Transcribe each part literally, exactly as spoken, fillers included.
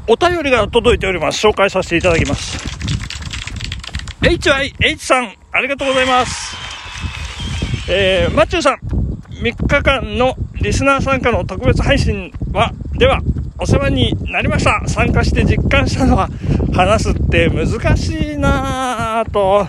お便りが届いております。紹介させていただきます。 エイチワイエイチ さん、ありがとうございます。えー、マッチューさん、みっかかんのリスナー参加の特別配信はではお世話になりました。参加して実感したのは、話すって難しいなぁと。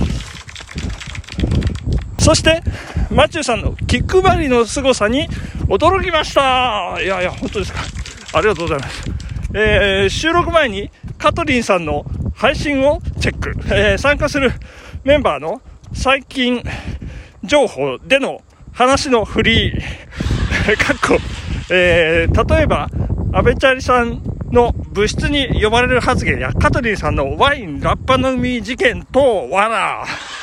そしてマッチューさんの気配りの凄さに驚きました。いやいや、本当ですか。ありがとうございます。えー、収録前にカトリンさんの配信をチェック、えー、参加するメンバーの最近情報での話の振りかっこ、えー、例えば安倍チャリさんの部室に呼ばれる発言やカトリンさんのワインラッパ飲み事件とわら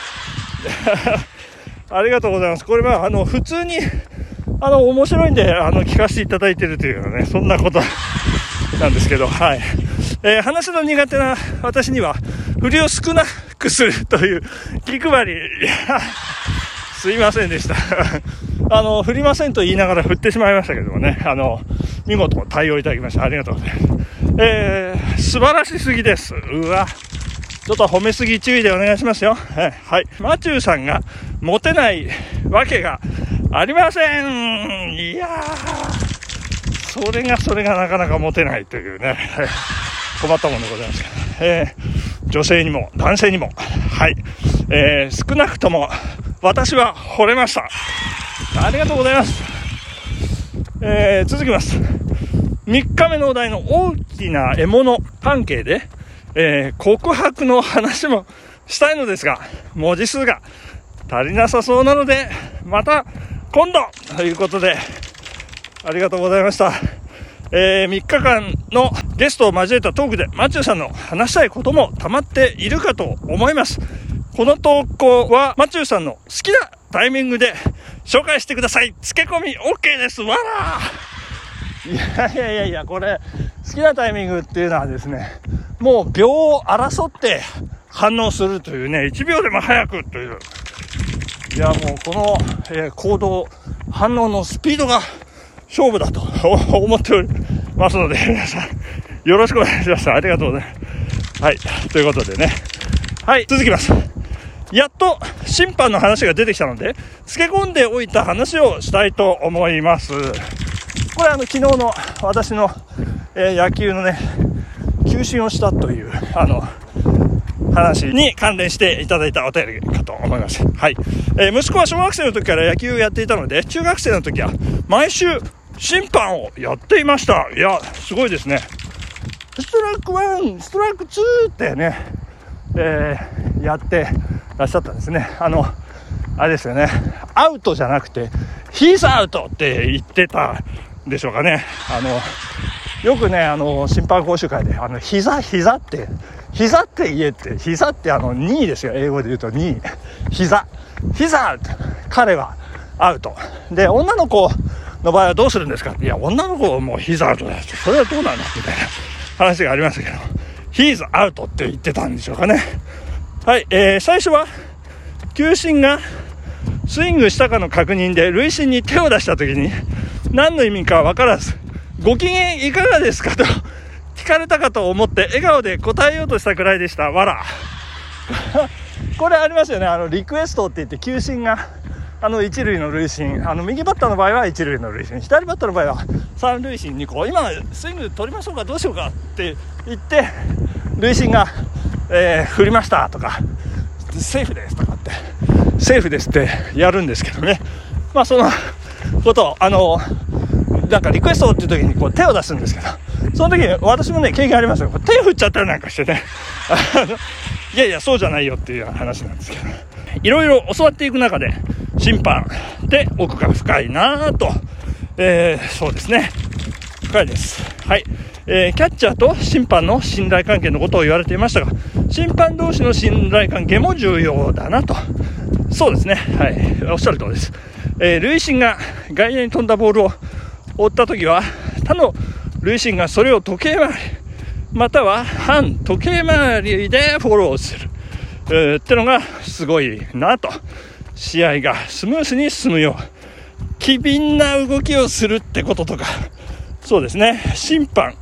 ありがとうございます。これはあの普通にあの面白いんであの聞かせていただいているというようなね、そんなことなんですけど、はい。えー、話の苦手な私には振りを少なくするという気配り、いやすいませんでしたあの振りませんと言いながら振ってしまいましたけどもね、あの見事対応いただきました。ありがとうございます。えー、素晴らしすぎです。うわ、ちょっと褒めすぎ注意でお願いしますよ。はい、はい、マチューさんがモテないわけがありません。いやー、それがそれがなかなかモテないというね、はい、困ったものでございますけど、えー、女性にも男性にも、はい、えー、少なくとも私は惚れました。ありがとうございます。えー、続きます。みっかめのお題の大きな獲物関係で、えー、告白の話もしたいのですが、文字数が足りなさそうなので、また今度ということで、ありがとうございました。えー、みっかかんのゲストを交えたトークでマチューさんの話したいことも溜まっているかと思います。この投稿はマチューさんの好きなタイミングで紹介してください。付け込み OK です。わらー。いやいやいやいや、これ好きなタイミングっていうのはですね、もう秒を争って反応するというね、いちびょうでも早くという、いやもうこの、えー、行動反応のスピードが勝負だと思っておりますので、皆さんよろしくお願いします。ありがとうございます。はい、ということでね、はい、続きます。やっと審判の話が出てきたので、漬け込んでおいた話をしたいと思います。これあの昨日の私の、えー、野球のね、球審をしたというあの話に関連していただいたお便りかと思います。はい、えー、息子は小学生の時から野球をやっていたので、中学生の時は毎週審判をやっていました。いやすごいですね。ストライクワン、ストライクツーってね、えー、やってらっしゃったんですね。あのあれですよね、アウトじゃなくてヒースアウトって言ってたんでしょうかね。あのよくね、あの審判講習会であの膝膝って膝って言えって、膝ってあのにですよ、英語で言うとに、膝膝アウト、彼はアウトで、女の子の場合はどうするんですか。いや女の子はもう膝アウトだよ、それはどうなのみたいな話がありましたけど、ヒーズアウトって言ってたんでしょうかね。はい、えー、最初は球審がスイングしたかの確認で塁審に手を出した時に何の意味か分からず、ご機嫌いかがですかと聞かれたかと思って笑顔で答えようとしたくらいでした。わらこれありますよね、あのリクエストって言って、球審があの一塁の塁審、あの右バッターの場合は一塁の塁審、左バッターの場合は三塁審にこう、今スイング取りましょうか、どうしようかって言って塁審が、えー、振りましたとかセーフですとかってセーフですってやるんですけどね。まあそのことをあのなんかリクエストっていう時にこう手を出すんですけど、その時に私もね経験ありますよ。手振っちゃったりなんかしてねいやいやそうじゃないよっていうような話なんですけど、いろいろ教わっていく中で審判って奥が深いなぁと、えー、そうですね、深いです。はい、えー、キャッチャーと審判の信頼関係のことを言われていましたが、審判同士の信頼関係も重要だなと。そうですね、はい、おっしゃる通りです。えー、塁審が外野に飛んだボールを追った時は他の塁審がそれを時計回りまたは反時計回りでフォローする、えー、ってのがすごいなと。試合がスムースに進むよう機敏な動きをするってこととか、そうですね、審判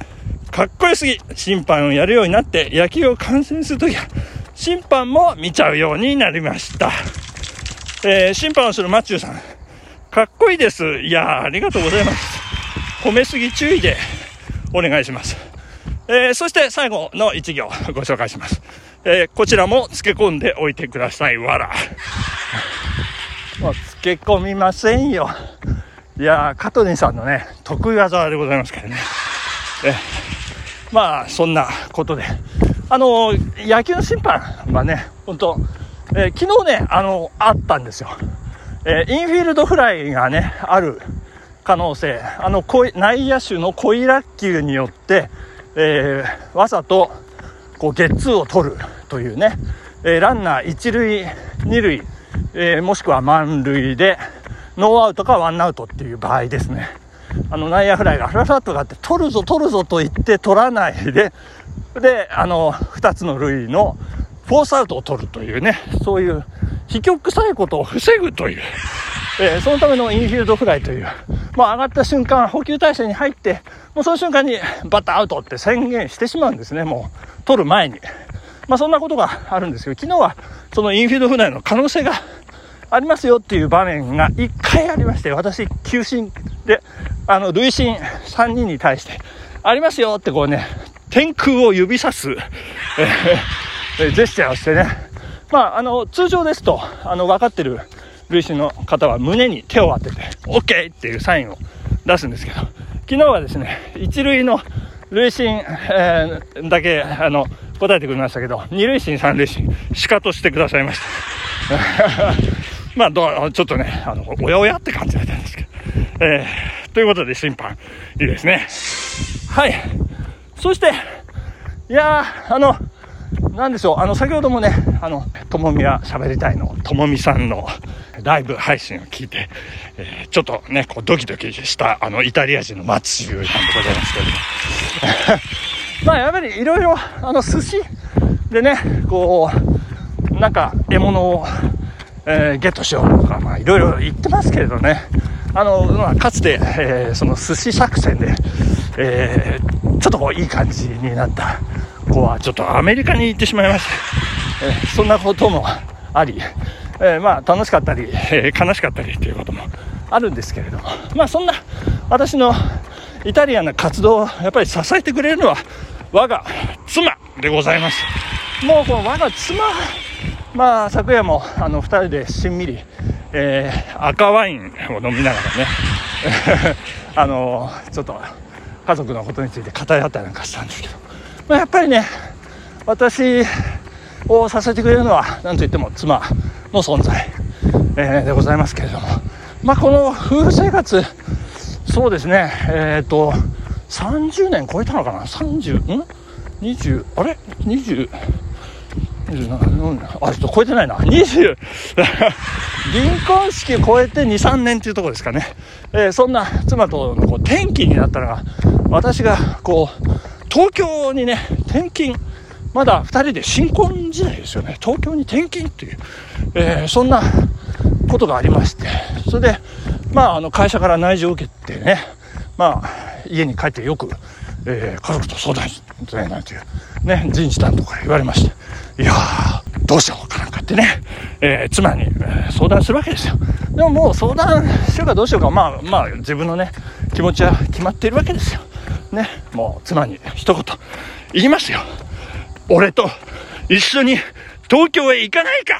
かっこよすぎ。審判をやるようになって野球を観戦するときは審判も見ちゃうようになりました。えー、審判をするマチューさん、かっこいいです。いやー、ありがとうございます。褒めすぎ注意でお願いします。えー、そして最後の一行ご紹介します。えー、こちらも漬け込んでおいてください。わらもう漬け込みませんよ。いやー、香取さんのね得意技でございますからね。えまあそんなことで、あのー、野球の審判はね本当、えー、昨日ねあのあったんですよ。えー、インフィールドフライがねある可能性、あの内野手の故意落球によって、えー、わざとこうゲッツーを取るというね、えー、ランナー一塁二塁、えー、もしくは満塁でノーアウトかワンアウトっていう場合ですね。あの内野フライがフラフラっとがあって取るぞ取るぞと言って取らないで、であのふたつの塁のフォースアウトを取るというね、そういう非極臭いことを防ぐという、えー、そのためのインフィールドフライという、まあ、上がった瞬間捕球体勢に入ってもうその瞬間にバッターアウトって宣言してしまうんですね。もう取る前に、まあ、そんなことがあるんですけど、昨日はそのインフィールドフライの可能性がありますよっていう場面がいっかいありまして、私球審であの塁審さんにんに対してありますよってこうね天空を指さす、えー、ジェスチャーをしてね、まあ、あの通常ですとあの分かってる塁審の方は胸に手を当てて OK っていうサインを出すんですけど、昨日はですね一塁の塁審、えー、だけあの答えてくれましたけど、二塁審三塁審シカトしてくださいましたまあどうちょっとねあのおやおやって感じだったんですけど、えー、ということで審判いいですね。はい。そしていやーあのなんでしょう、あの先ほどもねあのともみは喋りたいのともみさんのライブ配信を聞いて、えー、ちょっとねこうドキドキしたあのイタリア人のマッチューなんでございますけれどまあやっぱりいろいろあの寿司でねこうなんか獲物を、えー、ゲットしようとかまあいろいろ言ってますけれどね、あの、まあ、かつて、えー、その寿司作戦で、えー、ちょっとこういい感じになった子はちょっとアメリカに行ってしまいました、えー、そんなこともあり、えー、まあ楽しかったり、えー、悲しかったりということもあるんですけれども、まあそんな私のイタリアンな活動をやっぱり支えてくれるのは我が妻でございます。もうこの我が妻、まあ昨夜もあのふたりでしんみり、えー、赤ワインを飲みながらねあのちょっと家族のことについて語り合ったりなんかしたんですけど、まあ、やっぱりね私を支えてくれるのは何といっても妻の存在、えー、でございますけれども、まあこの夫婦生活そうですねえっとさんじゅうねん超えたのかな、さんじゅうんにじゅうあれにじゅうあちょっと超えてないなにじゅう銀婚式を超えて にさんねんっていうところですかね、えー、そんな妻とのこう転勤になったのが、私がこう東京にね転勤、まだふたりで新婚時代ですよね、東京に転勤っていう、えー、そんなことがありまして、それでまああの会社から内示を受けてね、まあ家に帰ってよく、えー、家族と相談してなんていうね人事担当から言われまして、いやーどうしようかなんかってね、えー、妻に、えー、相談するわけですよ。でももう相談しようかどうしようか、まあまあ自分のね気持ちは決まっているわけですよね。もう妻に一言言いますよ、俺と一緒に東京へ行かないか。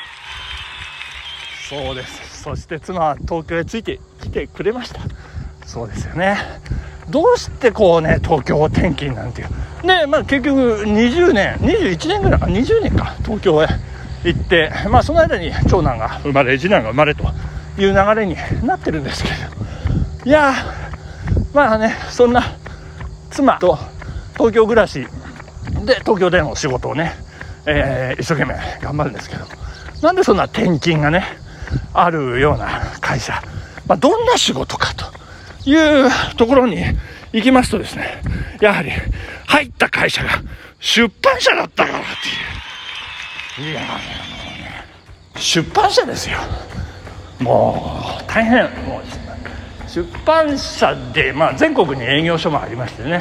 そうです。そして妻は東京へついてきてくれました。そうですよね。どうしてこうね東京転勤なんていうで、まあ結局にじゅうねんにじゅういちねんぐらいあにじゅうねんか東京へ行って、まあその間に長男が生まれ次男が生まれという流れになってるんですけれど、いやまあねそんな妻と東京暮らしで東京での仕事をね、えー、一生懸命頑張るんですけど、なんでそんな転勤がねあるような会社、まあ、どんな仕事かというところに行きますとですね、やはり入った会社が出版社だったからっていう、いやもうね出版社ですよ。もう大変、もう出版社で、まあ、全国に営業所もありましてね、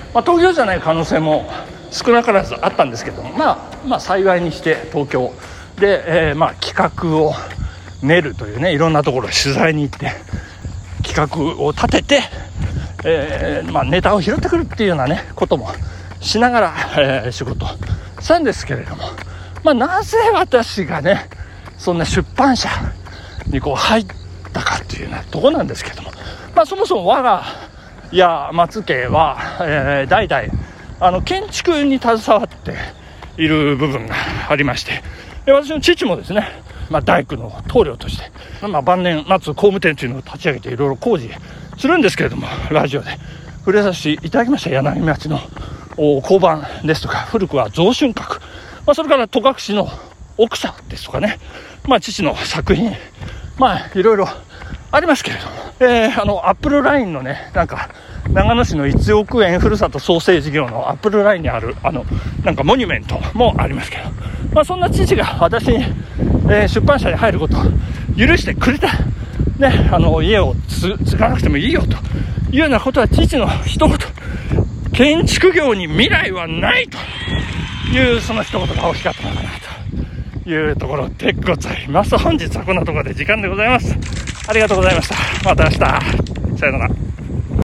まあ、東京じゃない可能性も少なからずあったんですけども、まあ、まあ幸いにして東京で、えー、まあ企画を練るというね、いろんなところ取材に行って企画を立てて、えーまあ、ネタを拾ってくるっていうようなねこともしながら、えー、仕事したんですけれども、まあ、なぜ私がねそんな出版社にこう入ったかっていうようなとこなんですけども、まあ、そもそも我が家松家は、えー、代々あの建築に携わっている部分がありまして、私の父もですね、まあ、大工の棟梁として、まあ、晩年松工務店というのを立ち上げていろいろ工事するんですけれども、ラジオで触れさせていただきました柳町の交番ですとか、古くは増春閣、まあ、それから戸隠の奥さんですとかね、まあ、父の作品、まあいろいろありますけれども、えー、あのアップルラインのね、なんか長野市のいちおくえんふるさと創生事業のアップルラインにあるあのなんかモニュメントもありますけど、まあ、そんな父が私に、えー、出版社に入ることを許してくれた、ね、あの家をつ継がなくてもいいよというようなことは父の一言、建築業に未来はないというその一言が大きかったのかなというところでございます。本日はこんなところで時間でございます。ありがとうございました。また明日、さよなら。